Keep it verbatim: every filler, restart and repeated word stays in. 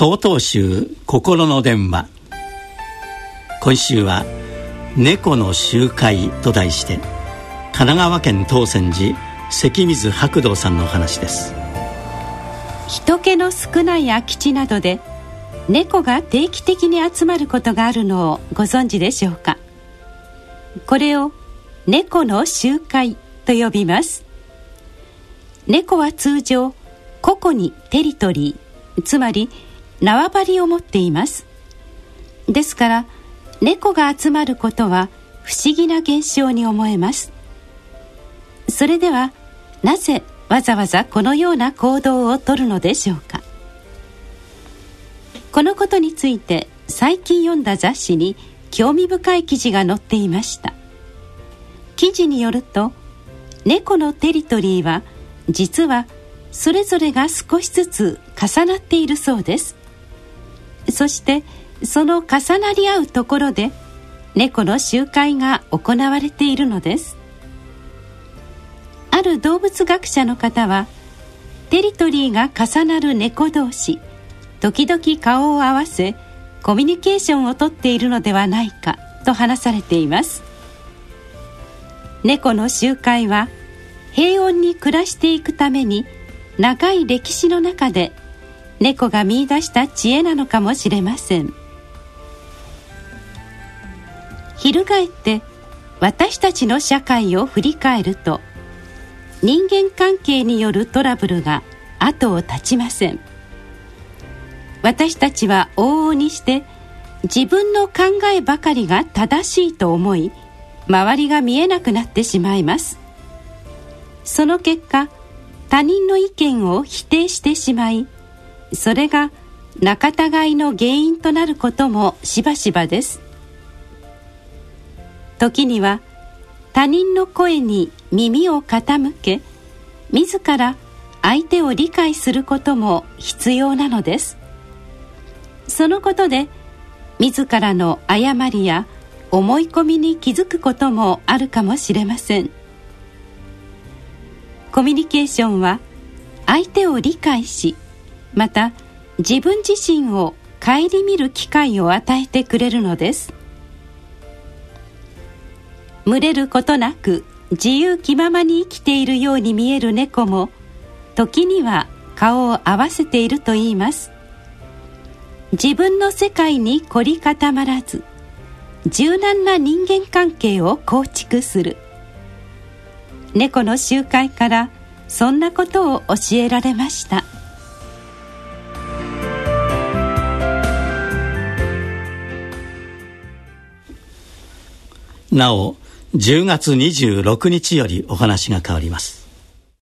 曹洞宗心の電話。今週は猫の集会と題して、神奈川県東泉寺関水白道さんのお話です。 人気の少ない空き地などで猫が定期的に集まることがあるのをご存知でしょうか。これを猫の集会と呼びます。猫は通常個々にテリトリー、つまり縄張りを持っています。ですから猫が集まることは不思議な現象に思えます。それではなぜわざわざこのような行動をとるのでしょうか。このことについて最近読んだ雑誌に興味深い記事が載っていました。記事によると、猫のテリトリーは実はそれぞれが少しずつ重なっているそうです。そしてその重なり合うところで猫の集会が行われているのです。ある動物学者の方は、テリトリーが重なる猫同士、時々顔を合わせコミュニケーションをとっているのではないかと話されています。猫の集会は平穏に暮らしていくために長い歴史の中で猫が見出した知恵なのかもしれません。翻って私たちの社会を振り返ると、人間関係によるトラブルが後を絶ちません。私たちは往々にして自分の考えばかりが正しいと思い、周りが見えなくなってしまいます。その結果、他人の意見を否定してしまい、それが仲違いの原因となることもしばしばです。時には他人の声に耳を傾け、自ら相手を理解することも必要なのです。そのことで自らの誤りや思い込みに気づくこともあるかもしれません。コミュニケーションは相手を理解し、また自分自身を顧みる機会を与えてくれるのです。群れることなく自由気ままに生きているように見える猫も、時には顔を合わせているといいます。自分の世界に凝り固まらず、柔軟な人間関係を構築する。猫の集会からそんなことを教えられました。 なおじゅうがつにじゅうろくにちよりお話が変わります。